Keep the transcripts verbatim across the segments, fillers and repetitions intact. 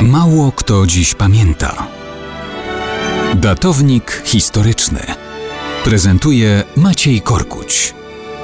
Mało kto dziś pamięta. Datownik historyczny prezentuje Maciej Korkuć.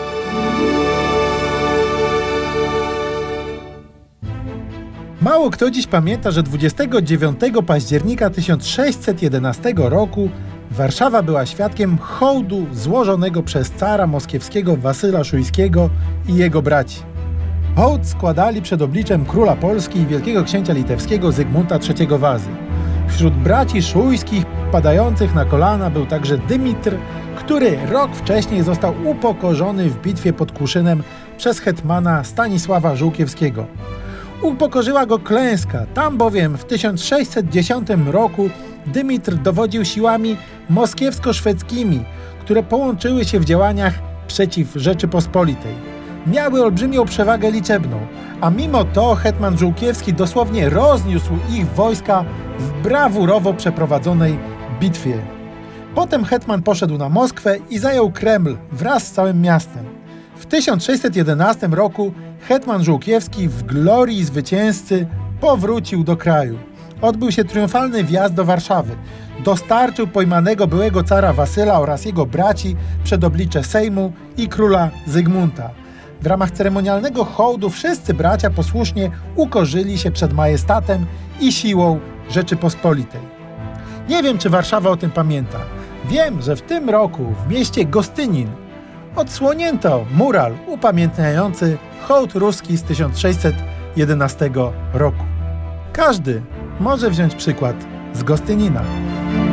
Mało kto dziś pamięta, że dwudziestego dziewiątego października tysiąc sześćset jedenastego roku Warszawa była świadkiem hołdu złożonego przez cara moskiewskiego Wasyla Szujskiego i jego braci. Hołd składali przed obliczem króla Polski i wielkiego księcia litewskiego Zygmunta trzeciego Wazy. Wśród braci szujskich padających na kolana był także Dymitr, który rok wcześniej został upokorzony w bitwie pod Kłuszynem przez hetmana Stanisława Żółkiewskiego. Upokorzyła go klęska, tam bowiem w tysiąc sześćset dziesiątym roku Dymitr dowodził siłami moskiewsko-szwedzkimi, które połączyły się w działaniach przeciw Rzeczypospolitej. Miały olbrzymią przewagę liczebną, a mimo to hetman Żółkiewski dosłownie rozniósł ich wojska w brawurowo przeprowadzonej bitwie. Potem hetman poszedł na Moskwę i zajął Kreml wraz z całym miastem. W tysiąc sześćset jedenastym roku hetman Żółkiewski w glorii zwycięzcy powrócił do kraju. Odbył się triumfalny wjazd do Warszawy. Dostarczył pojmanego byłego cara Wasyla oraz jego braci przed oblicze Sejmu i króla Zygmunta. W ramach ceremonialnego hołdu wszyscy bracia posłusznie ukorzyli się przed majestatem i siłą Rzeczypospolitej. Nie wiem, czy Warszawa o tym pamięta. Wiem, że w tym roku w mieście Gostynin odsłonięto mural upamiętniający hołd ruski z tysiąc sześćset jedenastego roku. Każdy może wziąć przykład z Gostynina.